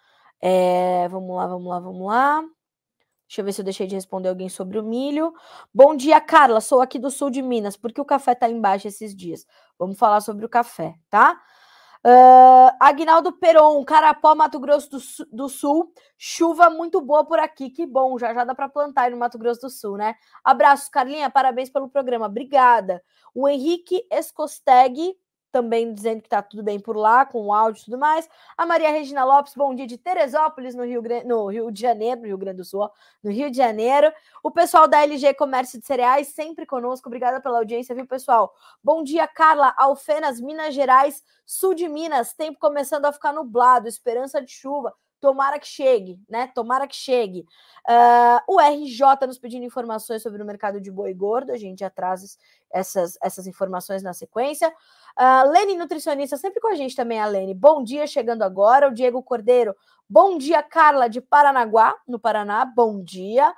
Vamos lá. Deixa eu ver se eu deixei de responder alguém sobre o milho. Bom dia, Carla. Sou aqui do sul de Minas. Por que o café tá embaixo esses dias? Vamos falar sobre o café, tá? Aguinaldo Peron, Carapó, Mato Grosso do Sul. Chuva muito boa por aqui. Que bom, já dá para plantar aí no Mato Grosso do Sul, né? Abraços, Carlinha. Parabéns pelo programa. Obrigada. O Henrique Escosteg também dizendo que tá tudo bem por lá, com o áudio e tudo mais. A Maria Regina Lopes, bom dia de Teresópolis, no Rio de Janeiro, no Rio Grande do Sul, no Rio de Janeiro. O pessoal da LG Comércio de Cereais, sempre conosco. Obrigada pela audiência, viu, pessoal? Bom dia, Carla. Alfenas, Minas Gerais, sul de Minas. Tempo começando a ficar nublado, esperança de chuva. Tomara que chegue, né? Tomara que chegue. O RJ nos pedindo informações sobre o mercado de boi gordo. A gente já traz essas informações na sequência. Lene Nutricionista, sempre com a gente também, a Lene. Bom dia, chegando agora. O Diego Cordeiro. Bom dia, Carla, de Paranaguá, no Paraná. Bom dia.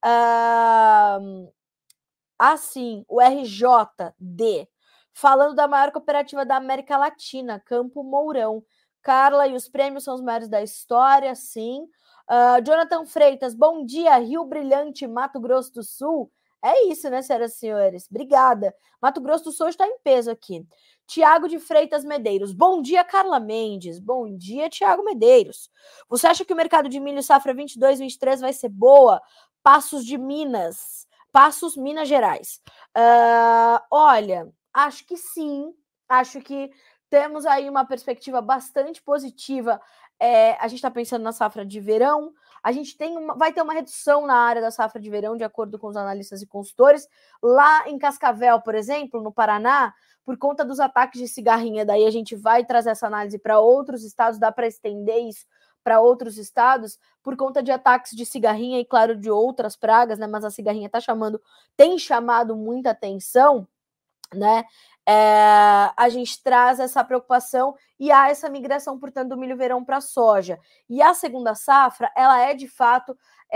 Sim, o RJD. Falando da maior cooperativa da América Latina, Campo Mourão. Carla, e os prêmios são os maiores da história, sim. Jonathan Freitas, bom dia, Rio Brilhante, Mato Grosso do Sul. É isso, né, senhoras e senhores? Obrigada. Mato Grosso do Sul está em peso aqui. Tiago de Freitas Medeiros. Bom dia, Carla Mendes. Bom dia, Tiago Medeiros. Você acha que o mercado de milho safra 22, 23 vai ser boa? Passos, Minas Gerais. Olha, acho que sim. Acho que temos aí uma perspectiva bastante positiva. A gente está pensando na safra de verão. A gente vai ter uma redução na área da safra de verão, de acordo com os analistas e consultores. Lá em Cascavel, por exemplo, no Paraná, por conta dos ataques de cigarrinha, daí a gente vai trazer essa análise para outros estados, dá para estender isso para outros estados, por conta de ataques de cigarrinha e, claro, de outras pragas, né? Mas a cigarrinha tem chamado muita atenção, né? A gente traz essa preocupação e há essa migração, portanto, do milho verão para a soja. E a segunda safra, ela é de fato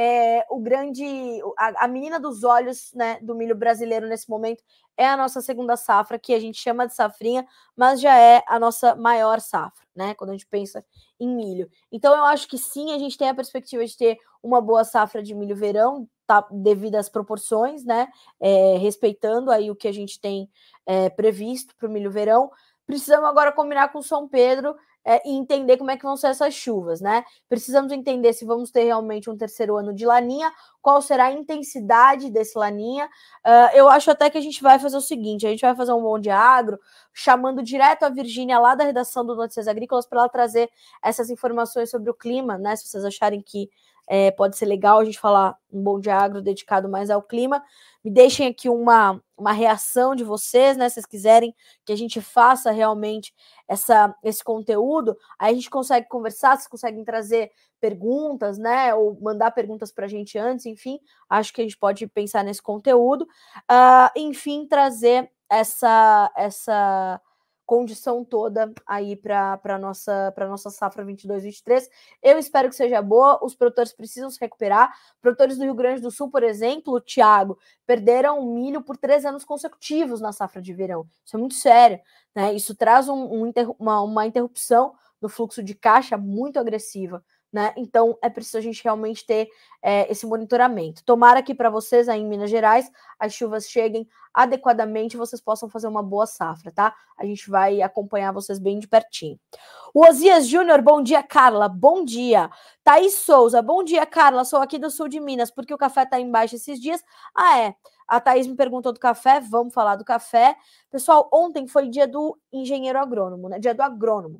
a menina dos olhos, né, do milho brasileiro nesse momento, é a nossa segunda safra, que a gente chama de safrinha, mas já é a nossa maior safra, né, quando a gente pensa em milho. Então eu acho que sim, a gente tem a perspectiva de ter uma boa safra de milho verão, tá, devido às proporções, né, respeitando aí o que a gente tem previsto para o milho verão. Precisamos agora combinar com São Pedro e entender como é que vão ser essas chuvas, né? Precisamos entender se vamos ter realmente um terceiro ano de laninha, qual será a intensidade desse laninha. Eu acho até que a gente vai fazer o seguinte, a gente vai fazer um Bom Dia Agro, chamando direto a Virgínia lá da redação do Notícias Agrícolas para ela trazer essas informações sobre o clima, né? Se vocês acharem que pode ser legal a gente falar um Bom Dia Agro dedicado mais ao clima. Me deixem aqui uma reação de vocês, né? Se vocês quiserem que a gente faça realmente esse conteúdo, aí a gente consegue conversar, vocês conseguem trazer perguntas, né? Ou mandar perguntas para a gente antes, enfim. Acho que a gente pode pensar nesse conteúdo. Enfim, trazer essa condição toda aí para a nossa safra 22-23. Eu espero que seja boa, os produtores precisam se recuperar. Produtores do Rio Grande do Sul, por exemplo, Thiago, perderam milho por 3 anos consecutivos na safra de verão. Isso é muito sério, né? Isso traz uma interrupção no fluxo de caixa muito agressiva, né? Então é preciso a gente realmente ter esse monitoramento. Tomara que para vocês aí em Minas Gerais as chuvas cheguem adequadamente e vocês possam fazer uma boa safra, tá? A gente vai acompanhar vocês bem de pertinho. O Osias Júnior, bom dia, Carla. Bom dia. Thaís Souza, bom dia, Carla. Sou aqui do sul de Minas, porque o café tá embaixo esses dias. A Thaís me perguntou do café, vamos falar do café. Pessoal, ontem foi dia do engenheiro agrônomo, né? Dia do agrônomo.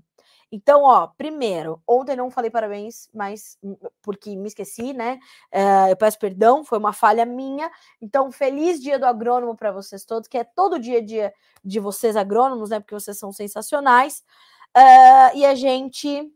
Então, ó, primeiro, ontem não falei parabéns, mas porque me esqueci, né? Eu peço perdão, foi uma falha minha. Então, feliz dia do agrônomo para vocês todos, que é todo dia de vocês agrônomos, né? Porque vocês são sensacionais. E a gente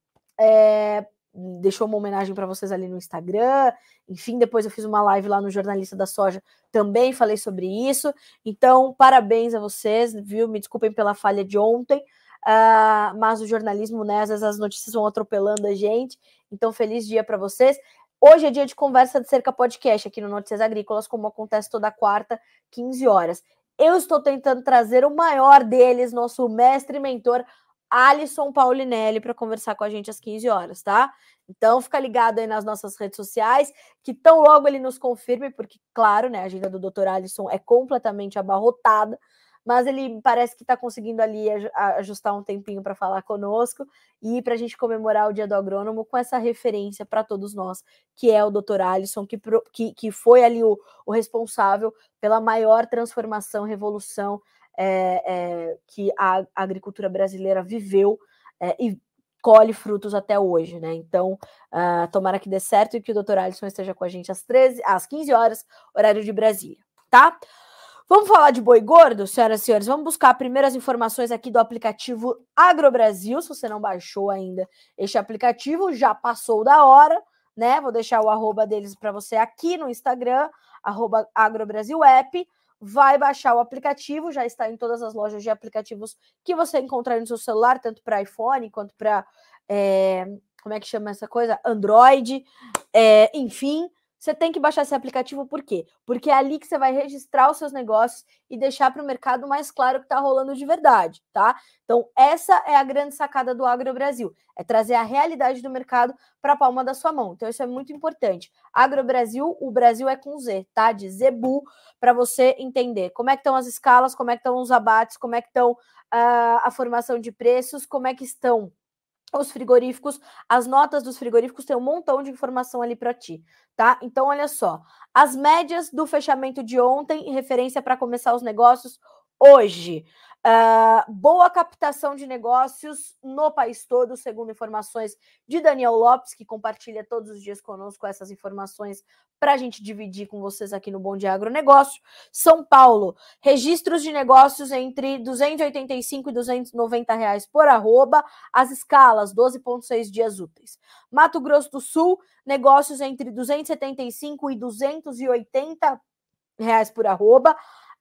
deixou uma homenagem para vocês ali no Instagram. Enfim, depois eu fiz uma live lá no Jornalista da Soja, também falei sobre isso. Então, parabéns a vocês, viu? Me desculpem pela falha de ontem, mas o jornalismo, né? Às vezes as notícias vão atropelando a gente. Então, feliz dia para vocês. Hoje é dia de conversa de cerca podcast aqui no Notícias Agrícolas, como acontece toda quarta, 15 horas. Eu estou tentando trazer o maior deles, nosso mestre e mentor, Alisson Paulinelli, para conversar com a gente às 15 horas, tá? Então, fica ligado aí nas nossas redes sociais, que tão logo ele nos confirme, porque, claro, né, a agenda do Dr. Alisson é completamente abarrotada, mas ele parece que está conseguindo ali ajustar um tempinho para falar conosco e para a gente comemorar o Dia do Agrônomo com essa referência para todos nós, que é o Dr. Alisson, que foi ali o responsável pela maior transformação, revolução que a agricultura brasileira viveu e colhe frutos até hoje, né? Então, tomara que dê certo e que o Dr. Alisson esteja com a gente às 15 horas, horário de Brasília, tá? Vamos falar de boi gordo, senhoras e senhores? Vamos buscar primeiras informações aqui do aplicativo AgroBrasil. Se você não baixou ainda este aplicativo, já passou da hora, né? Vou deixar o arroba deles para você aqui no Instagram, @AgroBrasilApp. Vai baixar o aplicativo, já está em todas as lojas de aplicativos que você encontrar no seu celular, tanto para iPhone quanto para, como é que chama essa coisa? Android, enfim. Você tem que baixar esse aplicativo, por quê? Porque é ali que você vai registrar os seus negócios e deixar para o mercado mais claro o que está rolando de verdade, tá? Então, essa é a grande sacada do AgroBrasil, é trazer a realidade do mercado para a palma da sua mão. Então, isso é muito importante. AgroBrasil, o Brasil é com Z, tá? De Zebu, para você entender como é que estão as escalas, como é que estão os abates, como é que estão a formação de preços, como é que estão os frigoríficos, as notas dos frigoríficos, tem um montão de informação ali para ti, tá? Então, olha só, as médias do fechamento de ontem, referência para começar os negócios hoje. Boa captação de negócios no país todo, segundo informações de Daniel Lopes, que compartilha todos os dias conosco essas informações para a gente dividir com vocês aqui no Bom Dia Agronegócio. São Paulo, registros de negócios entre R$ 285 e R$ 290 por arroba, as escalas 12,6 dias úteis. Mato Grosso do Sul, negócios entre R$ 275 e R$ 280 por arroba.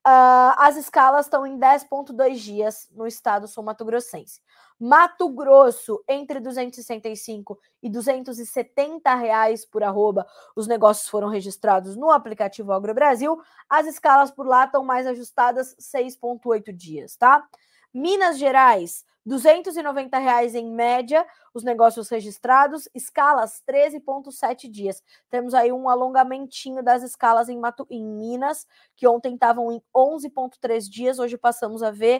As escalas estão em 10,2 dias no estado sul-mato-grossense. Mato Grosso, entre 265 e 270 reais por arroba, os negócios foram registrados no aplicativo AgroBrasil. As escalas por lá estão mais ajustadas, 6,8 dias, tá? Minas Gerais, R$ 290 em média, os negócios registrados, escalas 13,7 dias. Temos aí um alongamentinho das escalas em Minas, que ontem estavam em 11,3 dias, hoje passamos a ver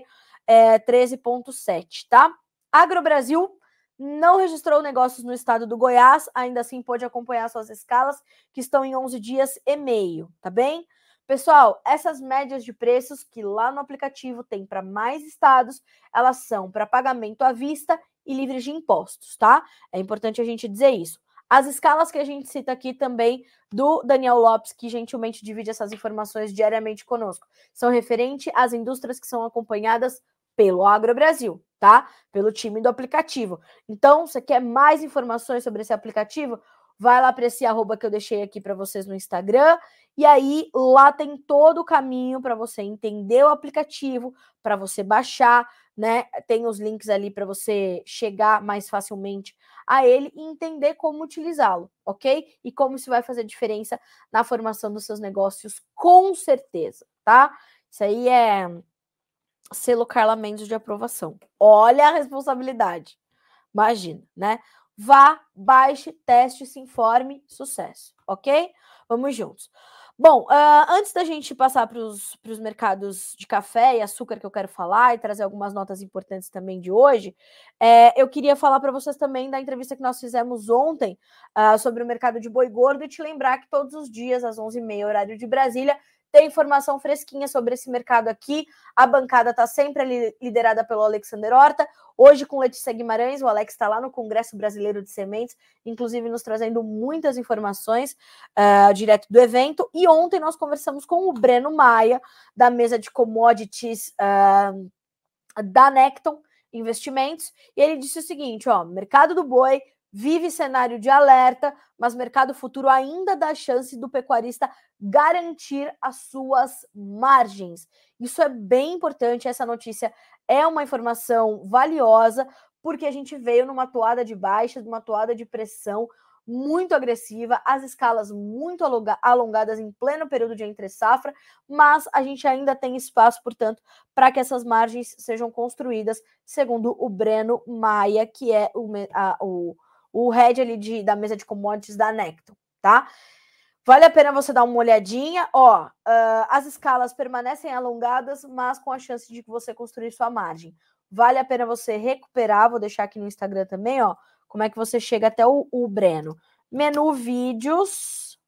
13,7, tá? AgroBrasil não registrou negócios no estado do Goiás, ainda assim pode acompanhar suas escalas, que estão em 11 dias e meio, tá bem? Pessoal, essas médias de preços que lá no aplicativo tem para mais estados, elas são para pagamento à vista e livres de impostos, tá? É importante a gente dizer isso. As escalas que a gente cita aqui também do Daniel Lopes, que gentilmente divide essas informações diariamente conosco, são referentes às indústrias que são acompanhadas pelo AgroBrasil, tá? Pelo time do aplicativo. Então, você quer mais informações sobre esse aplicativo? Vai lá para esse arroba que eu deixei aqui para vocês no Instagram, e aí lá tem todo o caminho para você entender o aplicativo, para você baixar, né? Tem os links ali para você chegar mais facilmente a ele e entender como utilizá-lo, ok? E como isso vai fazer diferença na formação dos seus negócios, com certeza, tá? Isso aí é selo Carla Mendes de aprovação. Olha a responsabilidade. Imagina, né? Vá, baixe, teste, se informe, sucesso, ok? Vamos juntos. Bom, antes da gente passar para os mercados de café e açúcar que eu quero falar e trazer algumas notas importantes também de hoje, eu queria falar para vocês também da entrevista que nós fizemos ontem sobre o mercado de boi gordo e te lembrar que todos os dias, às 11h30, horário de Brasília, tem informação fresquinha sobre esse mercado aqui. A bancada está sempre liderada pelo Alexander Horta. Hoje com Letícia Guimarães, o Alex está lá no Congresso Brasileiro de Sementes, inclusive nos trazendo muitas informações direto do evento. E ontem nós conversamos com o Breno Maia, da mesa de commodities da Necton Investimentos, e ele disse o seguinte, ó, mercado do boi vive cenário de alerta, mas mercado futuro ainda dá chance do pecuarista garantir as suas margens. Isso é bem importante, essa notícia é uma informação valiosa, porque a gente veio numa toada de baixa, numa toada de pressão muito agressiva, as escalas muito alongadas em pleno período de entre-safra, mas a gente ainda tem espaço, portanto, para que essas margens sejam construídas, segundo o Breno Maia, que é o head ali da mesa de commodities da Necton, tá? Vale a pena você dar uma olhadinha, ó, as escalas permanecem alongadas, mas com a chance de você construir sua margem. Vale a pena você recuperar, vou deixar aqui no Instagram também, ó, como é que você chega até o Breno. Menu vídeos,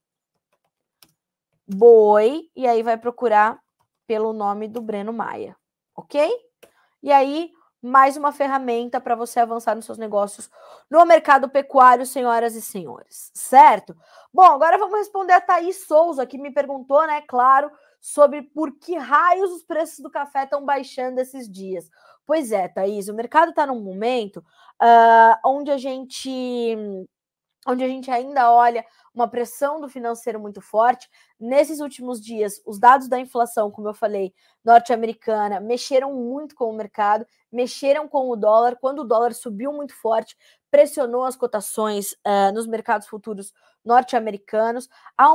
boi, e aí vai procurar pelo nome do Breno Maia, ok? E aí, mais uma ferramenta para você avançar nos seus negócios no mercado pecuário, senhoras e senhores, certo? Bom, agora vamos responder a Thaís Souza, que me perguntou, né, claro, sobre por que raios os preços do café estão baixando esses dias. Pois é, Thaís, o mercado está num momento onde a gente ainda olha uma pressão do financeiro muito forte. Nesses últimos dias, os dados da inflação, como eu falei, norte-americana, mexeram muito com o mercado, mexeram com o dólar. Quando o dólar subiu muito forte, pressionou as cotações nos mercados futuros norte-americanos. Há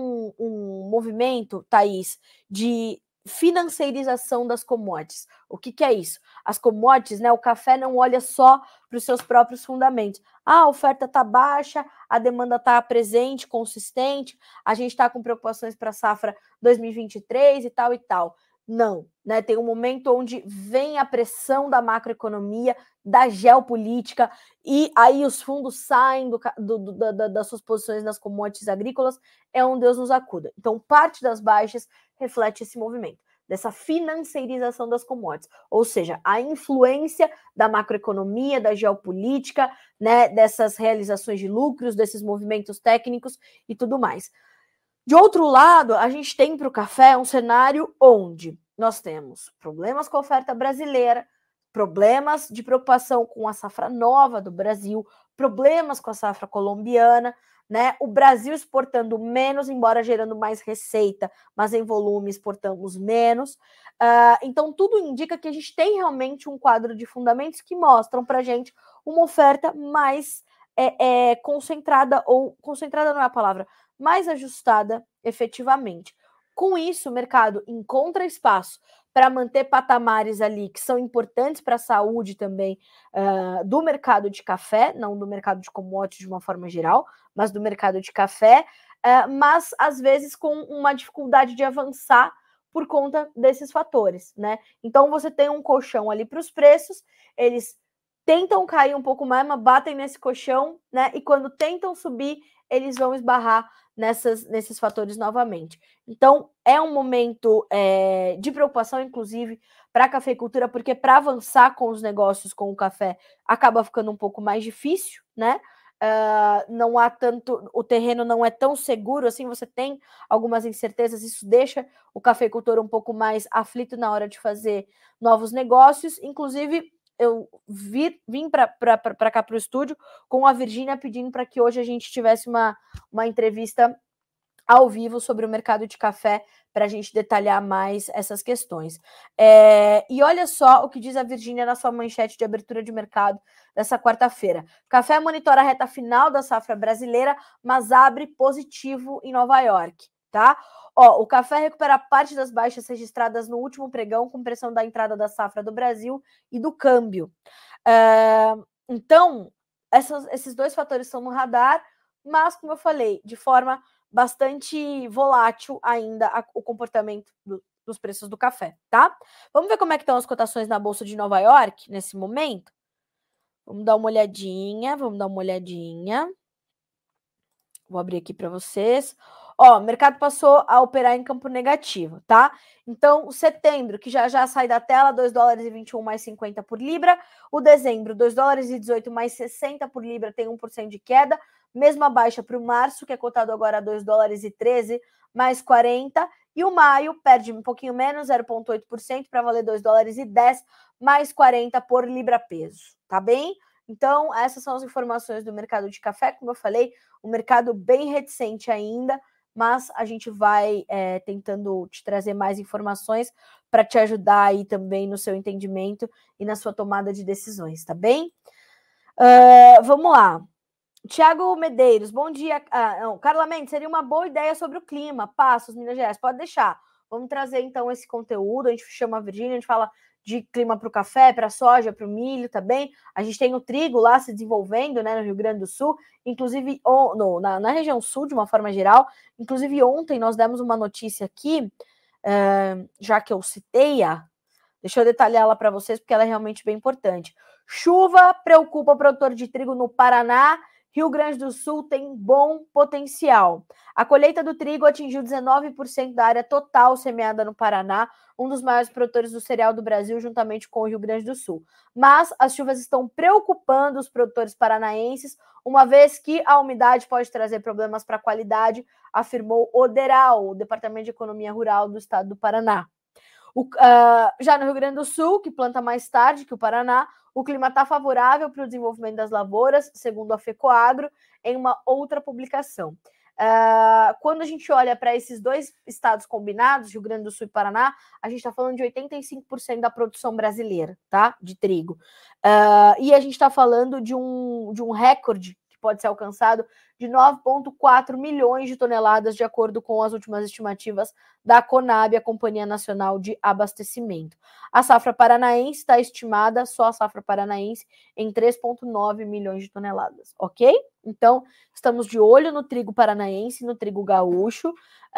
um movimento, Thaís, de financiarização das commodities. O que é isso? As commodities, né? O café não olha só para os seus próprios fundamentos. A oferta está baixa, a demanda está presente, consistente, a gente está com preocupações para a safra 2023 e tal e tal. Não, né? Tem um momento onde vem a pressão da macroeconomia, da geopolítica, e aí os fundos saem das suas posições nas commodities agrícolas, é um Deus nos acuda. Então, parte das baixas reflete esse movimento, dessa financiarização das commodities, ou seja, a influência da macroeconomia, da geopolítica, né, dessas realizações de lucros, desses movimentos técnicos e tudo mais. De outro lado, a gente tem para o café um cenário onde nós temos problemas com a oferta brasileira, problemas de preocupação com a safra nova do Brasil, problemas com a safra colombiana, né? O Brasil exportando menos, embora gerando mais receita, mas em volume exportamos menos. Então, tudo indica que a gente tem realmente um quadro de fundamentos que mostram para a gente uma oferta mais concentrada, ou concentrada não é a palavra, mais ajustada efetivamente. Com isso, o mercado encontra espaço para manter patamares ali que são importantes para a saúde também do mercado de café, não do mercado de commodities de uma forma geral, mas do mercado de café, mas às vezes com uma dificuldade de avançar por conta desses fatores, né? Então você tem um colchão ali para os preços, eles tentam cair um pouco mais, mas batem nesse colchão, né? E quando tentam subir, eles vão esbarrar nesses fatores novamente. Então, é um momento de preocupação, inclusive, para a cafeicultura, porque para avançar com os negócios com o café acaba ficando um pouco mais difícil, né? Não há tanto, o terreno não é tão seguro assim, você tem algumas incertezas, isso deixa o cafeicultor um pouco mais aflito na hora de fazer novos negócios. Inclusive, eu vim para cá para o estúdio com a Virgínia pedindo para que hoje a gente tivesse uma entrevista ao vivo sobre o mercado de café para a gente detalhar mais essas questões. E olha só o que diz a Virgínia na sua manchete de abertura de mercado dessa quarta-feira. Café monitora a reta final da safra brasileira, mas abre positivo em Nova York, tá? Ó, o café recupera parte das baixas registradas no último pregão com pressão da entrada da safra do Brasil e do câmbio. Então, esses dois fatores estão no radar, mas, como eu falei, de forma bastante volátil ainda o comportamento dos preços do café, tá? Vamos ver como é que estão as cotações na Bolsa de Nova York nesse momento? Vamos dar uma olhadinha. Vou abrir aqui para vocês. Ó, o mercado passou a operar em campo negativo, tá? Então, o setembro, que já sai da tela, 2 dólares e 21 mais 50 por libra. O dezembro, 2 dólares e 18 mais 60 por libra, tem 1% de queda. Mesma baixa para o março, que é cotado agora a 2 dólares e 13 mais 40. E o maio perde um pouquinho menos, 0,8%, para valer 2 dólares e 10 mais 40 por libra peso, tá bem? Então, essas são as informações do mercado de café. Como eu falei, um mercado bem reticente ainda, mas a gente vai tentando te trazer mais informações para te ajudar aí também no seu entendimento e na sua tomada de decisões, tá bem? Vamos lá. Tiago Medeiros, bom dia. Carla Mendes, seria uma boa ideia sobre o clima. Passos, Minas Gerais, pode deixar. Vamos trazer então esse conteúdo. A gente chama a Virgínia, a gente fala de clima para o café, para a soja, para o milho, tá bem? A gente tem o trigo lá se desenvolvendo, né, no Rio Grande do Sul, inclusive na região sul, de uma forma geral. Inclusive, ontem nós demos uma notícia aqui, já que eu citei-a, deixa eu detalhar ela para vocês, porque ela é realmente bem importante. Chuva preocupa o produtor de trigo no Paraná. Rio Grande do Sul tem bom potencial. A colheita do trigo atingiu 19% da área total semeada no Paraná, um dos maiores produtores do cereal do Brasil, juntamente com o Rio Grande do Sul. Mas as chuvas estão preocupando os produtores paranaenses, uma vez que a umidade pode trazer problemas para a qualidade, afirmou o DERAL, o Departamento de Economia Rural do Estado do Paraná. Já no Rio Grande do Sul, que planta mais tarde que o Paraná, o clima está favorável para o desenvolvimento das lavouras, segundo a FECOAGRO, em uma outra publicação. Quando a gente olha para esses dois estados combinados, Rio Grande do Sul e Paraná, a gente está falando de 85% da produção brasileira, tá? De trigo. E a gente está falando de um recorde que pode ser alcançado de 9,4 milhões de toneladas, de acordo com as últimas estimativas da Conab, a Companhia Nacional de Abastecimento. A safra paranaense está estimada, só a safra paranaense, em 3,9 milhões de toneladas, ok? Então, estamos de olho no trigo paranaense, no trigo gaúcho,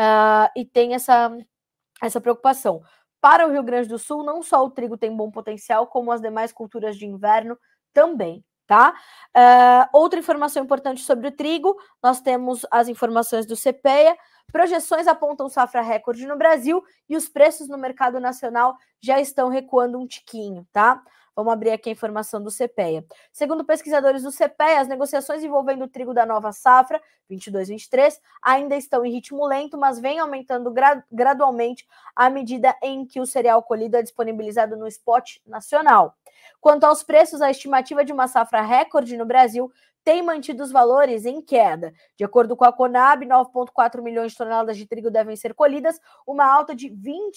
e tem essa preocupação. Para o Rio Grande do Sul, não só o trigo tem bom potencial, como as demais culturas de inverno também, tá? Outra informação importante sobre o trigo, nós temos as informações do CPEA. Projeções apontam safra recorde no Brasil e os preços no mercado nacional já estão recuando um tiquinho, tá? Vamos abrir aqui a informação do CPEA. Segundo pesquisadores do CPEA, as negociações envolvendo o trigo da nova safra, 22-23, ainda estão em ritmo lento, mas vem aumentando gradualmente à medida em que o cereal colhido é disponibilizado no spot nacional. Quanto aos preços, a estimativa de uma safra recorde no Brasil tem mantido os valores em queda. De acordo com a Conab, 9,4 milhões de toneladas de trigo devem ser colhidas, uma alta de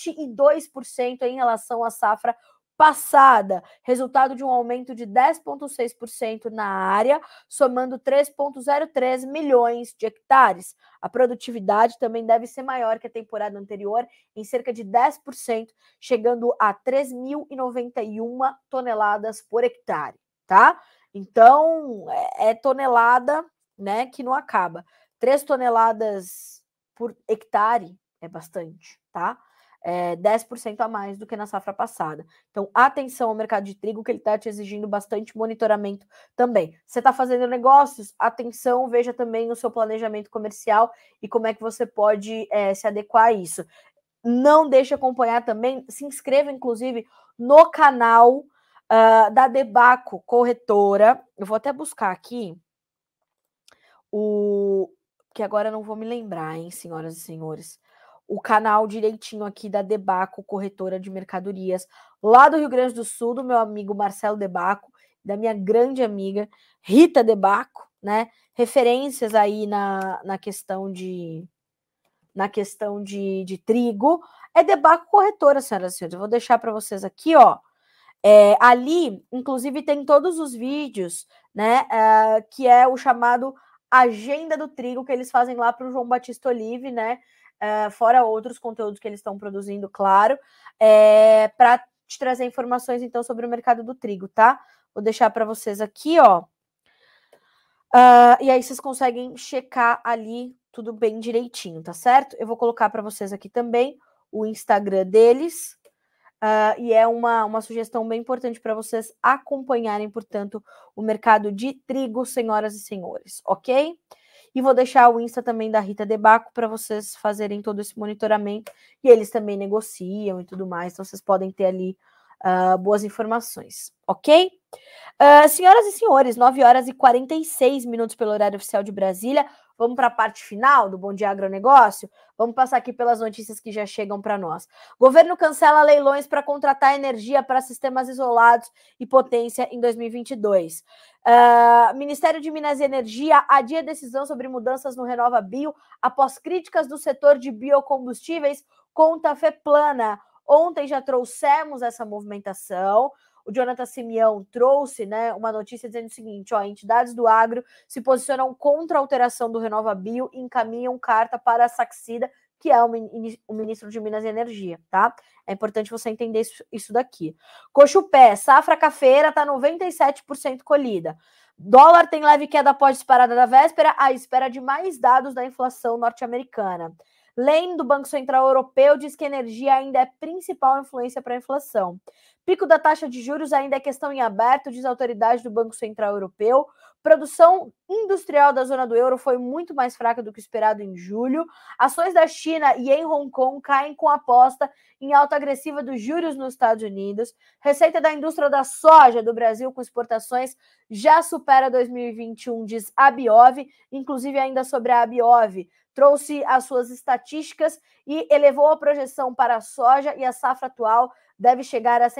22% em relação à safra passada, resultado de um aumento de 10,6% na área, somando 3,03 milhões de hectares. A produtividade também deve ser maior que a temporada anterior, em cerca de 10%, chegando a 3.091 toneladas por hectare, tá? Então, é tonelada, né, que não acaba. 3 toneladas por hectare é bastante, tá? 10% a mais do que na safra passada. Então, atenção ao mercado de trigo, que ele está te exigindo bastante monitoramento também. Você está fazendo negócios? Atenção, veja também o seu planejamento comercial e como é que você pode se adequar a isso. Não deixe acompanhar também, se inscreva, inclusive, no canal da Debaco Corretora. Eu vou até buscar aqui que agora eu não vou me lembrar, hein, senhoras e senhores. O canal direitinho aqui da Debaco Corretora de Mercadorias, lá do Rio Grande do Sul, do meu amigo Marcelo Debaco, da minha grande amiga Rita Debaco, né? Referências aí na questão de trigo. É Debaco Corretora, senhoras e senhores. Eu vou deixar para vocês aqui, ó. Ali, inclusive, tem todos os vídeos, né? Que é o chamado Agenda do Trigo, que eles fazem lá para o João Batista Olive, né? Fora outros conteúdos que eles estão produzindo, claro, para te trazer informações, então, sobre o mercado do trigo, tá? Vou deixar para vocês aqui, ó. E aí vocês conseguem checar ali tudo bem direitinho, tá certo? Eu vou colocar para vocês aqui também o Instagram deles. E é uma sugestão bem importante para vocês acompanharem, portanto, o mercado de trigo, senhoras e senhores, ok? E vou deixar o Insta também da Rita Debaco para vocês fazerem todo esse monitoramento. E eles também negociam e tudo mais, então vocês podem ter ali boas informações, ok? Senhoras e senhores, 9 horas e 46 minutos pelo horário oficial de Brasília. Vamos para a parte final do Bom Dia Agronegócio? Vamos passar aqui pelas notícias que já chegam para nós. Governo cancela leilões para contratar energia para sistemas isolados e potência em 2022. Ministério de Minas e Energia adia decisão sobre mudanças no RenovaBio após críticas do setor de biocombustíveis contra a FEPLANA. Ontem já trouxemos essa movimentação. O Jonathan Simeão trouxe, né, uma notícia dizendo o seguinte, entidades do agro se posicionam contra a alteração do RenovaBio e encaminham carta para a Saxida, que é o ministro de Minas e Energia, tá? É importante você entender isso daqui. Cochupé, safra cafeira está 97% colhida. Dólar tem leve queda após disparada da véspera, à espera de mais dados da inflação norte-americana. Lane, do Banco Central Europeu, diz que energia ainda é principal influência para a inflação. Pico da taxa de juros ainda é questão em aberto, diz a autoridade do Banco Central Europeu. Produção industrial da zona do euro foi muito mais fraca do que esperado em julho. Ações da China e em Hong Kong caem com aposta em alta agressiva dos juros nos Estados Unidos. Receita da indústria da soja do Brasil com exportações já supera 2021, diz a Biov. Inclusive, ainda sobre a Biov, trouxe as suas estatísticas e elevou a projeção para a soja, e a safra atual deve chegar a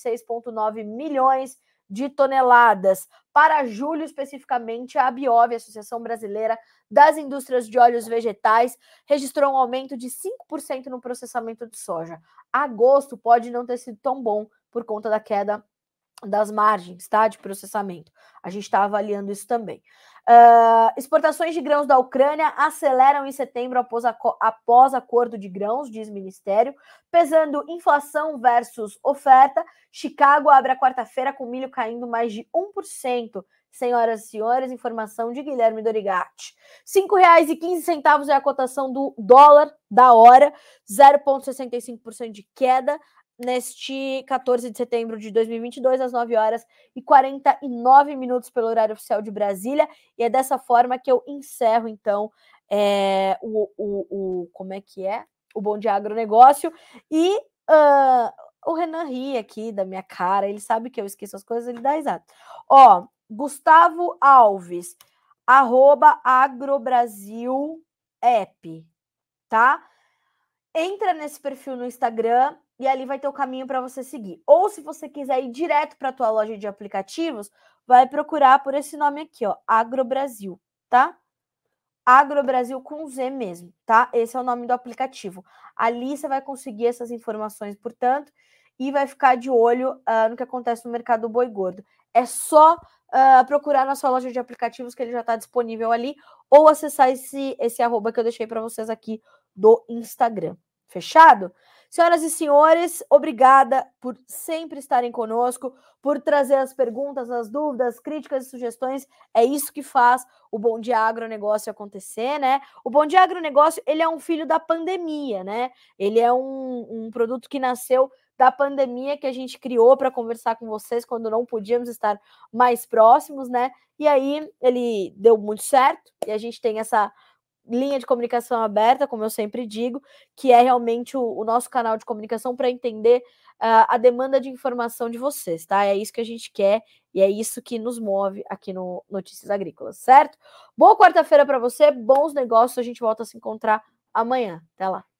126,9 milhões de toneladas. Para julho, especificamente, a Biov, a Associação Brasileira das Indústrias de Óleos Vegetais, registrou um aumento de 5% no processamento de soja. Agosto pode não ter sido tão bom por conta da queda das margens, tá, de processamento. A gente está avaliando isso também. Exportações de grãos da Ucrânia aceleram em setembro após acordo de grãos, diz o Ministério. Pesando inflação versus oferta, Chicago abre a quarta-feira com milho caindo mais de 1%. Senhoras e senhores, informação de Guilherme Dorigatti. R$ 5,15 é a cotação do dólar da hora, 0,65% de queda neste 14 de setembro de 2022, às 9 horas e 49 minutos pelo horário oficial de Brasília. E é dessa forma que eu encerro, então, como é que é? O Bom Dia Agronegócio. E o Renan ri aqui da minha cara, ele sabe que eu esqueço as coisas, ele dá risada. Gustavo Alves, @agrobrasilapp, tá? Entra nesse perfil no Instagram e ali vai ter o caminho para você seguir. Ou se você quiser ir direto para a tua loja de aplicativos, vai procurar por esse nome aqui, Agrobrasil, tá? Agrobrasil com Z mesmo, tá? Esse é o nome do aplicativo. Ali você vai conseguir essas informações, portanto, e vai ficar de olho no que acontece no mercado do boi gordo. É só procurar na sua loja de aplicativos que ele já está disponível ali, ou acessar esse arroba que eu deixei para vocês aqui do Instagram. Fechado? Senhoras e senhores, obrigada por sempre estarem conosco, por trazer as perguntas, as dúvidas, críticas e sugestões. É isso que faz o Bom Dia Agronegócio acontecer, né? O Bom Dia Agronegócio, ele é um filho da pandemia, né? Ele é um produto que nasceu da pandemia, que a gente criou para conversar com vocês quando não podíamos estar mais próximos, né? E aí ele deu muito certo e a gente tem essa linha de comunicação aberta, como eu sempre digo, que é realmente o nosso canal de comunicação para entender a demanda de informação de vocês, tá? É isso que a gente quer e é isso que nos move aqui no Notícias Agrícolas, certo? Boa quarta-feira para você, bons negócios, a gente volta a se encontrar amanhã. Até lá.